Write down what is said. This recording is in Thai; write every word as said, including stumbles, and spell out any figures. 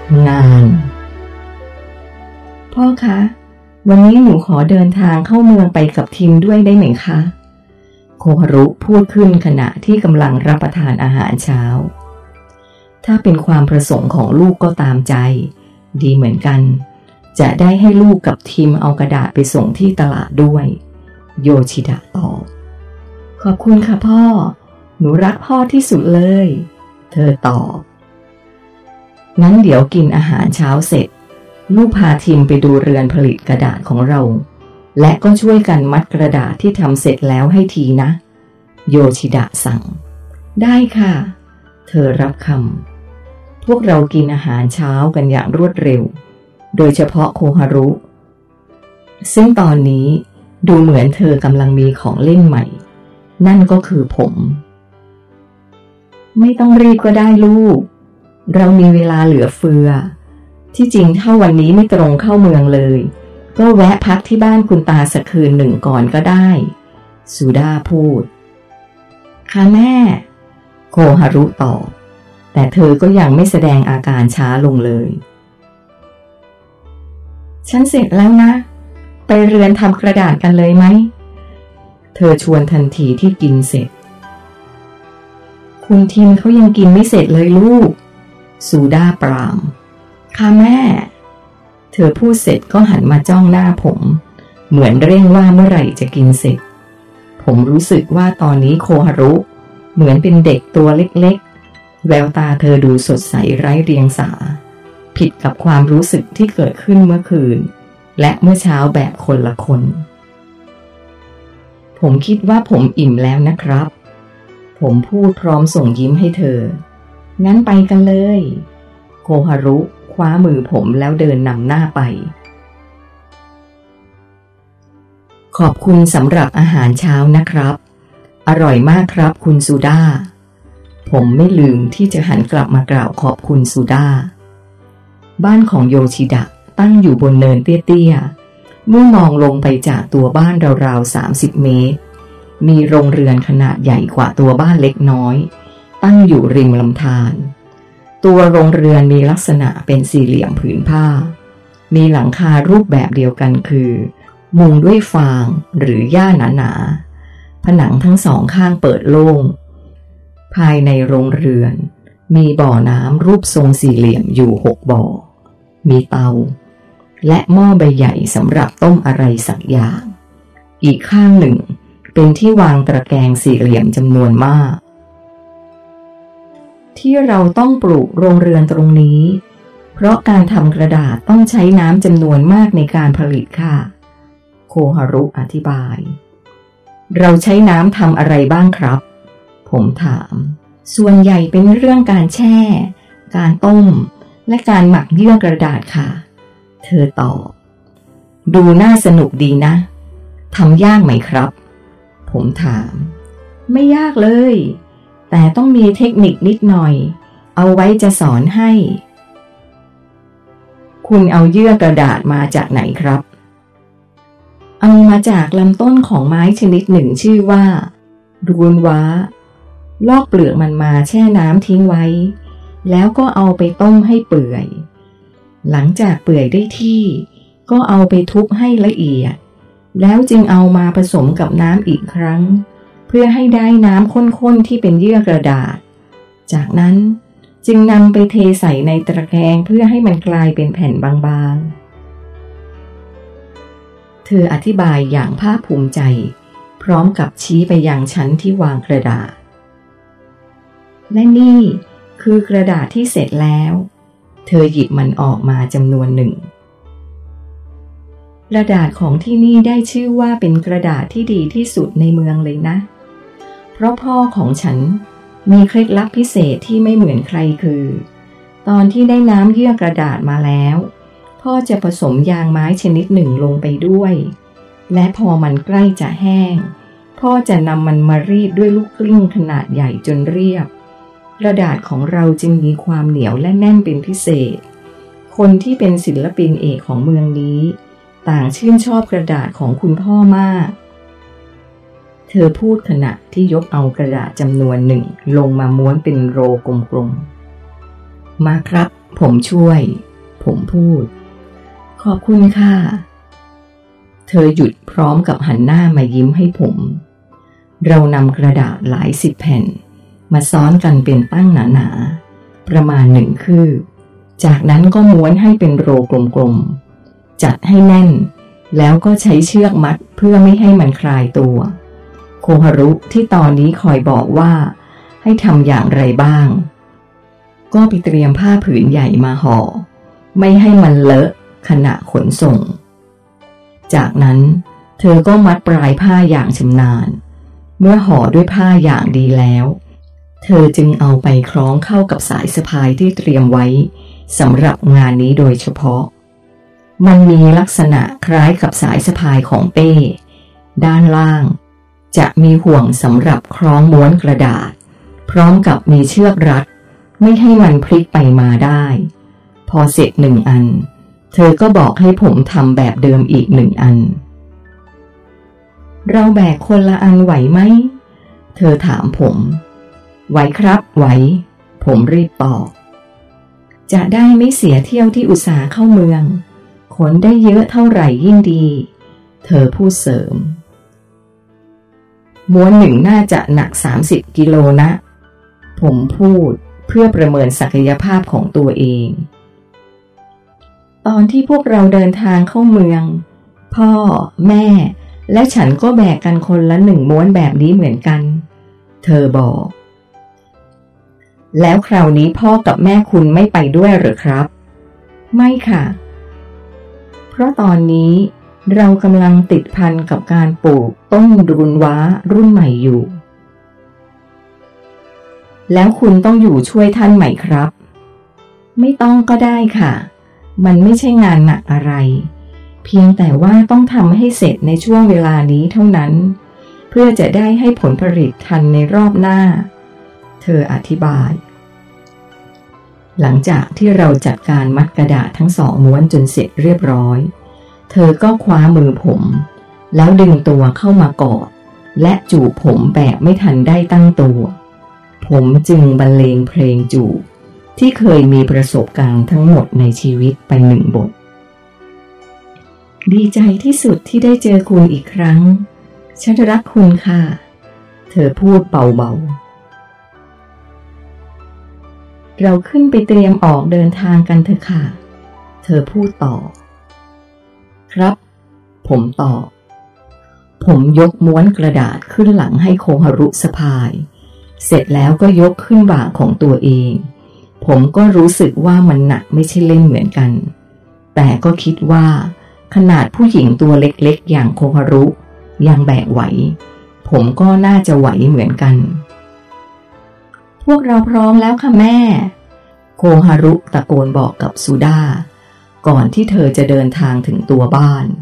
งานพ่อคะวันนี้หนูขอเดินทางเข้าเมืองไปกับทีมด้วยได้ไหมคะโคฮารุพูดขึ้นขณะที่กำลังรับประทานอาหารเช้าถ้าเป็นความประสงค์ของลูกก็ตามใจดีเหมือนกันจะได้ให้ลูกกับทีมเอากระดาษไปส่งที่ตลาดด้วยโยชิดะตอบขอบคุณค่ะพ่อหนูรักพ่อที่สุดเลยเธอตอบงั้นเดี๋ยวกินอาหารเช้าเสร็จลูกพาทีมไปดูเรือนผลิตกระดาษของเราและก็ช่วยกันมัดกระดาษที่ทำเสร็จแล้วให้ทีนะโยชิดะสั่งได้ค่ะเธอรับคำพวกเรากินอาหารเช้ากันอย่างรวดเร็วโดยเฉพาะโคฮารุซึ่งตอนนี้ดูเหมือนเธอกำลังมีของเล่นใหม่นั่นก็คือผมไม่ต้องรีบก็ได้ลูกเรามีเวลาเหลือเฟือที่จริงถ้าวันนี้ไม่ตรงเข้าเมืองเลยก็แวะพักที่บ้านคุณตาสักคืนหนึ่งก่อนก็ได้ซูด้าพูดค่ะแม่โคฮารุตอบแต่เธอก็ยังไม่แสดงอาการช้าลงเลยฉันเสร็จแล้วนะไปเรือนทำกระดาษกันเลยไหมเธอชวนทันทีที่กินเสร็จคุณทิมเขายังกินไม่เสร็จเลยลูกซูด้าปรามค่ะแม่เธอพูดเสร็จก็หันมาจ้องหน้าผมเหมือนเร่งว่าเมื่อไหร่จะกินเสร็จผมรู้สึกว่าตอนนี้โคฮารุเหมือนเป็นเด็กตัวเล็กๆแววตาเธอดูสดใสไร้เดียงสาผิดกับความรู้สึกที่เกิดขึ้นเมื่อคืนและเมื่อเช้าแบบคนละคนผมคิดว่าผมอิ่มแล้วนะครับผมพูดพร้อมส่งยิ้มให้เธองั้นไปกันเลยโคฮารุคว้ามือผมแล้วเดินนำหน้าไปขอบคุณสำหรับอาหารเช้านะครับอร่อยมากครับคุณซูด้าผมไม่ลืมที่จะหันกลับมากล่าวขอบคุณซูด้าบ้านของโยชิดะตั้งอยู่บนเนินเตี้ยๆเมื่อมองลงไปจากตัวบ้านราวๆสามสิบเมตรมีโรงเรือนขนาดใหญ่กว่าตัวบ้านเล็กน้อยตั้งอยู่ริมลำธารตัวโรงเรือนมีลักษณะเป็นสี่เหลี่ยมผืนผ้ามีหลังคารูปแบบเดียวกันคือมุงด้วยฟางหรือหญ้าหนาๆผนังทั้งสองข้างเปิดโล่งภายในโรงเรือนมีบ่อน้ำรูปทรงสี่เหลี่ยมอยู่หกบ่อมีเตาและหม้อใบใหญ่สำหรับต้มอะไรสักอย่างอีกข้างหนึ่งเป็นที่วางตะแกรงสี่เหลี่ยมจำนวนมากที่เราต้องปลูกโรงเรือนตรงนี้เพราะการทำกระดาษต้องใช้น้ำจำนวนมากในการผลิตค่ะโคฮารุอธิบายเราใช้น้ำทำอะไรบ้างครับผมถามส่วนใหญ่เป็นเรื่องการแช่การต้มและการหมักเยื่อกระดาษค่ะเธอตอบดูน่าสนุกดีนะทำยากไหมครับผมถามไม่ยากเลยแต่ต้องมีเทคนิคนิดหน่อยเอาไว้จะสอนให้คุณเอาเยื่อกระดาษมาจากไหนครับเอามาจากลำต้นของไม้ชนิดหนึ่งชื่อว่ารูนว้าลอกเปลือกมันมาแช่น้ำทิ้งไว้แล้วก็เอาไปต้มให้เปื่อยหลังจากเปื่อยได้ที่ก็เอาไปทุบให้ละเอียดแล้วจึงเอามาผสมกับน้ำอีกครั้งเพื่อให้ได้น้ำข้นๆที่เป็นเยื่อกระดาษจากนั้นจึงนำไปเทใส่ในตะแกรงเพื่อให้มันกลายเป็นแผ่นบางๆเธออธิบายอย่างภาคภูมิใจพร้อมกับชี้ไปยังชั้นที่วางกระดาษและนี่คือกระดาษที่เสร็จแล้วเธอหยิบมันออกมาจำนวนหนึ่งกระดาษของที่นี่ได้ชื่อว่าเป็นกระดาษที่ดีที่สุดในเมืองเลยนะเพราะพ่อของฉันมีเคล็ดลับพิเศษที่ไม่เหมือนใครคือตอนที่ได้น้ำเยื่อกระดาษมาแล้วพ่อจะผสมยางไม้ชนิดหนึ่งลงไปด้วยและพอมันใกล้จะแห้งพ่อจะนำมันมารีดด้วยลูกกลิ้งขนาดใหญ่จนเรียบกระดาษของเราจึงมีความเหนียวและแน่นเป็นพิเศษคนที่เป็นศิลปินเอกของเมืองนี้ต่างชื่นชอบกระดาษของคุณพ่อมากเธอพูดขณะที่ยกเอากระดาษจำนวนหนึ่งลงมาม้วนเป็นโรกลมๆมาครับผมช่วยผมพูดขอบคุณค่ะเธอหยุดพร้อมกับหันหน้ามายิ้มให้ผมเรานำกระดาษหลายสิบแผ่นมาซ้อนกันเป็นตั้งหนาๆประมาณหนึ่งคืบจากนั้นก็ม้วนให้เป็นโรกลมๆจัดให้แน่นแล้วก็ใช้เชือกมัดเพื่อไม่ให้มันคลายตัวโคฮารุที่ตอนนี้คอยบอกว่าให้ทำอย่างไรบ้างก็ไปเตรียมผ้าผืนใหญ่มาห่อไม่ให้มันเลอะขณะขนส่งจากนั้นเธอก็มัดปลายผ้าอย่างชำนาญเมื่อห่อด้วยผ้าอย่างดีแล้วเธอจึงเอาไปคล้องเข้ากับสายสะพายที่เตรียมไว้สำหรับงานนี้โดยเฉพาะมันมีลักษณะคล้ายกับสายสะพายของเป้ด้านล่างจะมีห่วงสำหรับคล้องม้วนกระดาษพร้อมกับมีเชือกรัดไม่ให้มันพลิกไปมาได้พอเสร็จหนึ่งอันเธอก็บอกให้ผมทำแบบเดิมอีกหนึ่งอันเราแบกคนละอันไหวไหมเธอถามผมไหวครับไหวผมรีบตอบจะได้ไม่เสียเที่ยวที่อุตส่าห์เข้าเมืองขนได้เยอะเท่าไหร่ยิ่งดีเธอพูดเสริมม้วนหนึ่งน่าจะหนักสามสิบกิโลนะผมพูดเพื่อประเมินศักยภาพของตัวเองตอนที่พวกเราเดินทางเข้าเมืองพ่อแม่และฉันก็แบกกันคนละหนึ่งม้วนแบบนี้เหมือนกันเธอบอกแล้วคราวนี้พ่อกับแม่คุณไม่ไปด้วยหรือครับไม่ค่ะเพราะตอนนี้เรากำลังติดพันกับการปลูกต้นรุนว้ารุ่นใหม่อยู่แล้วคุณต้องอยู่ช่วยท่านไหมครับไม่ต้องก็ได้ค่ะมันไม่ใช่งานหนักอะไรเพียงแต่ว่าต้องทำให้เสร็จในช่วงเวลานี้เท่านั้นเพื่อจะได้ให้ผลผลิตทันในรอบหน้าเธออธิบายหลังจากที่เราจัดการมัดกระดาษทั้งสองม้วนจนเสร็จเรียบร้อยเธอก็คว้ามือผมแล้วดึงตัวเข้ามากอดและจูบผมแบบไม่ทันได้ตั้งตัวผมจึงบรรเลงเพลงจูบที่เคยมีประสบการณ์ทั้งหมดในชีวิตไปหนึ่งบทดีใจที่สุดที่ได้เจอคุณอีกครั้งฉันรักคุณค่ะเธอพูดเบาๆเราขึ้นไปเตรียมออกเดินทางกันเถอะค่ะเธอพูดต่อครับผมตอบผมยกม้วนกระดาษขึ้นหลังให้โคฮารุสะพายเสร็จแล้วก็ยกขึ้นบ่าของตัวเองผมก็รู้สึกว่ามันหนักไม่ใช่เล่นเหมือนกันแต่ก็คิดว่าขนาดผู้หญิงตัวเล็กๆอย่างโคฮารุยังแบกไหวผมก็น่าจะไหวเหมือนกันพวกเราพร้อมแล้วค่ะแม่โคฮารุตะโกนบอกกับซูดาก่อนที่เธอจะเดินทางถึงตัวบ้าน